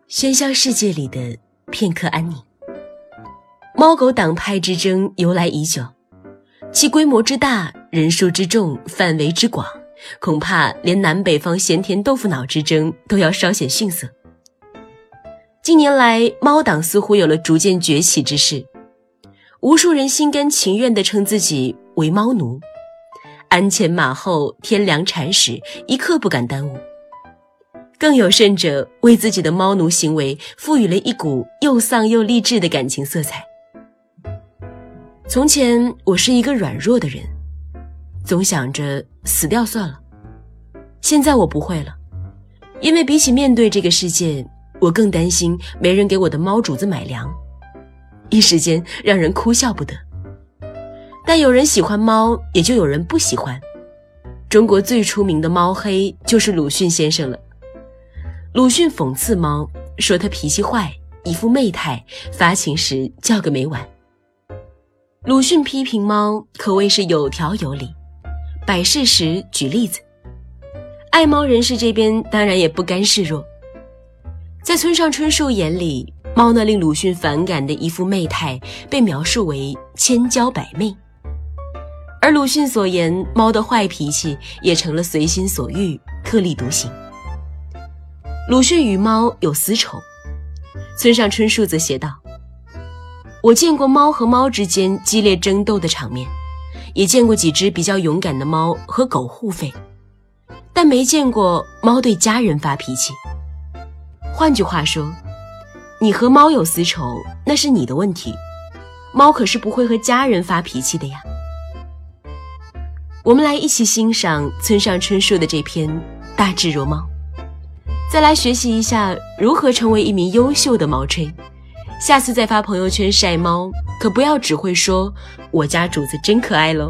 喧嚣世界里的片刻安宁。猫狗党派之争由来已久，其规模之大，人数之众，范围之广，恐怕连南北方咸甜豆腐脑之争都要稍显逊色。近年来，猫党似乎有了逐渐崛起之势，无数人心甘情愿地称自己为猫奴，鞍前马后，天良铲屎，一刻不敢耽误。更有甚者，为自己的猫奴行为赋予了一股又丧又励志的感情色彩。从前我是一个软弱的人，总想着死掉算了。现在我不会了，因为比起面对这个世界，我更担心没人给我的猫主子买粮，一时间让人哭笑不得。但有人喜欢猫，也就有人不喜欢。中国最出名的猫黑就是鲁迅先生了。鲁迅讽刺猫，说他脾气坏，一副媚态，发情时叫个没完。鲁迅批评猫可谓是有条有理，摆事实举例子。爱猫人士这边当然也不甘示弱。在村上春树眼里，猫那令鲁迅反感的一副媚态被描述为千娇百媚，而鲁迅所言猫的坏脾气也成了随心所欲，特立独行。鲁迅与猫有私仇，村上春树则写道：我见过猫和猫之间激烈争斗的场面，也见过几只比较勇敢的猫和狗互吠，但没见过猫对家人发脾气。换句话说，你和猫有私仇，那是你的问题，猫可是不会和家人发脾气的呀。我们来一起欣赏村上春树的这篇《大智若猫》，再来学习一下如何成为一名优秀的猫吹。下次再发朋友圈晒猫，可不要只会说我家主子真可爱咯。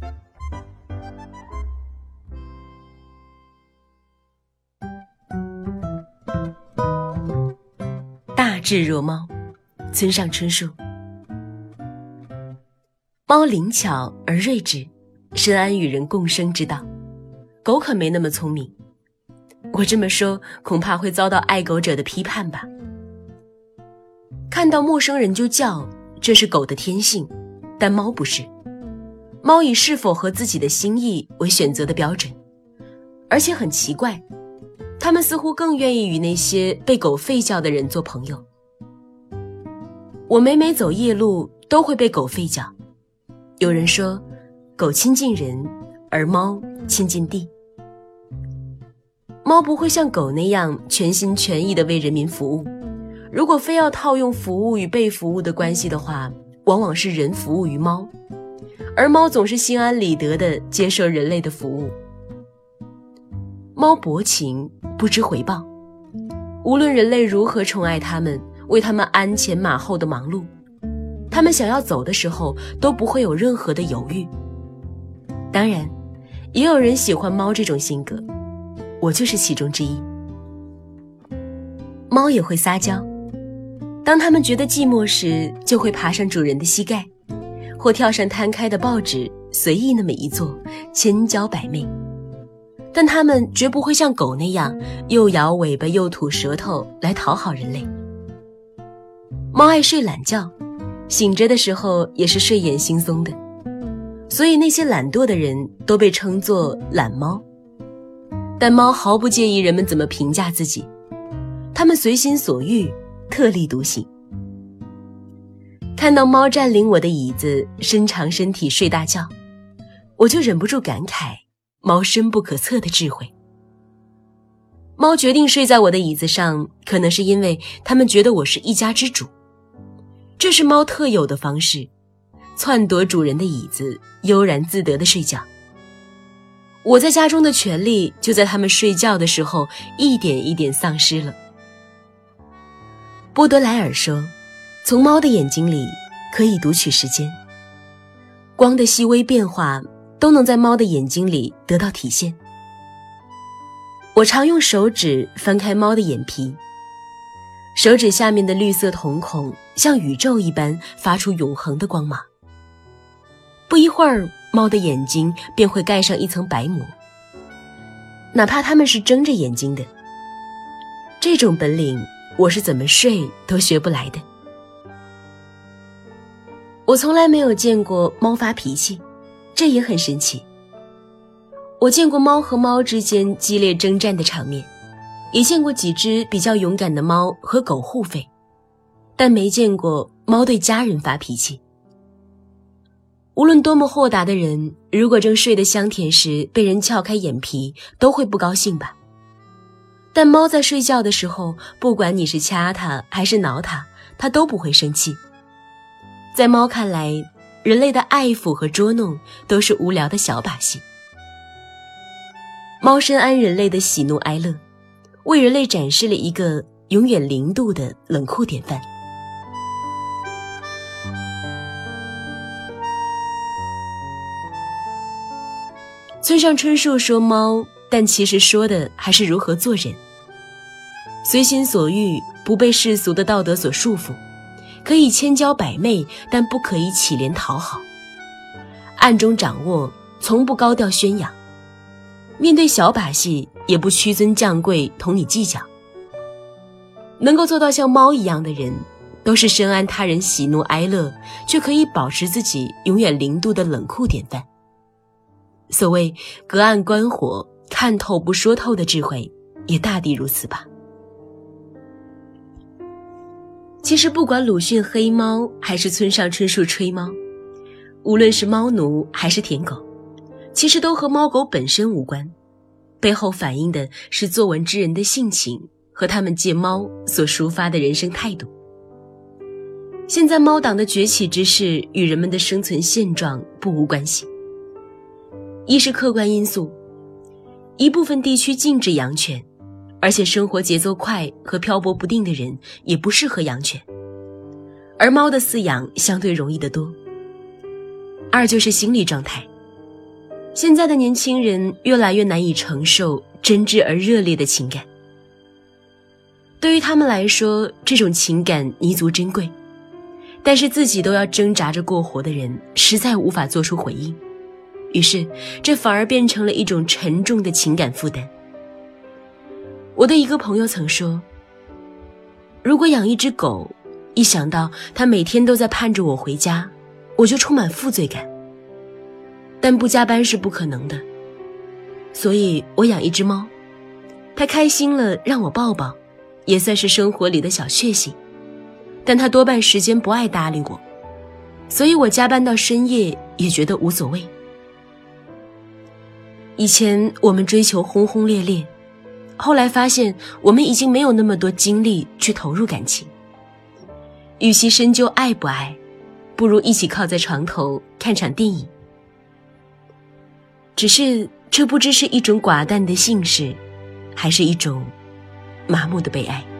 大智若猫，村上春树。猫灵巧而睿智，深谙与人共生之道。狗可没那么聪明，我这么说恐怕会遭到爱狗者的批判吧。看到陌生人就叫，这是狗的天性，但猫不是。猫以是否合自己的心意为选择的标准，而且很奇怪，它们似乎更愿意与那些被狗吠叫的人做朋友。我每每走夜路都会被狗吠叫。有人说，狗亲近人，而猫亲近地。猫不会像狗那样全心全意地为人民服务，如果非要套用服务与被服务的关系的话，往往是人服务于猫，而猫总是心安理得地接受人类的服务。猫薄情，不知回报，无论人类如何宠爱它们，为它们鞍前马后的忙碌，它们想要走的时候都不会有任何的犹豫。当然，也有人喜欢猫这种性格，我就是其中之一。猫也会撒娇，当它们觉得寂寞时，就会爬上主人的膝盖，或跳上摊开的报纸，随意那么一坐，千娇百媚。但它们绝不会像狗那样又摇尾巴又吐舌头来讨好人类。猫爱睡懒觉，醒着的时候也是睡眼惺忪的，所以那些懒惰的人都被称作懒猫。但猫毫不介意人们怎么评价自己，它们随心所欲，特立独行。看到猫占领我的椅子，伸长身体睡大觉，我就忍不住感慨猫深不可测的智慧。猫决定睡在我的椅子上，可能是因为它们觉得我是一家之主，这是猫特有的方式，篡夺主人的椅子，悠然自得地睡觉。我在家中的权利就在它们睡觉的时候一点一点丧失了。波德莱尔说，从猫的眼睛里可以读取时间，光的细微变化都能在猫的眼睛里得到体现。我常用手指翻开猫的眼皮，手指下面的绿色瞳孔像宇宙一般发出永恒的光芒。不一会儿，猫的眼睛便会盖上一层白膜，哪怕它们是睁着眼睛的。这种本领我是怎么睡都学不来的。我从来没有见过猫发脾气，这也很神奇。我见过猫和猫之间激烈征战的场面，也见过几只比较勇敢的猫和狗互吠，但没见过猫对家人发脾气。无论多么豁达的人，如果正睡得香甜时被人撬开眼皮，都会不高兴吧。但猫在睡觉的时候，不管你是掐它还是挠它，它都不会生气。在猫看来，人类的爱抚和捉弄都是无聊的小把戏。猫深谙人类的喜怒哀乐，为人类展示了一个永远0度的冷酷典范。村上春树说猫，但其实说的还是如何做人。随心所欲，不被世俗的道德所束缚，可以千娇百媚，但不可以乞怜讨好。暗中掌握，从不高调宣扬。面对小把戏，也不屈尊降贵同你计较。能够做到像猫一样的人，都是深谙他人喜怒哀乐，却可以保持自己永远0度的冷酷典范。所谓隔岸观火，看透不说透的智慧，也大抵如此吧。其实不管鲁迅黑猫，还是村上春树吹猫，无论是猫奴还是舔狗，其实都和猫狗本身无关，背后反映的是作文之人的性情和他们借猫所抒发的人生态度。现在猫党的崛起之势与人们的生存现状不无关系。一是客观因素，一部分地区禁止养犬，而且生活节奏快和漂泊不定的人也不适合养犬，而猫的饲养相对容易得多。二就是心理状态，现在的年轻人越来越难以承受真挚而热烈的情感，对于他们来说，这种情感弥足珍贵，但是自己都要挣扎着过活的人实在无法做出回应，于是这反而变成了一种沉重的情感负担。我的一个朋友曾说，如果养一只狗，一想到它每天都在盼着我回家，我就充满负罪感。但不加班是不可能的，所以我养一只猫，它开心了让我抱抱，也算是生活里的小确幸。但它多半时间不爱搭理我，所以我加班到深夜也觉得无所谓。以前我们追求轰轰烈烈，后来发现我们已经没有那么多精力去投入感情。与其深究爱不爱，不如一起靠在床头看场电影。只是这不知是一种寡淡的幸事，还是一种麻木的悲哀。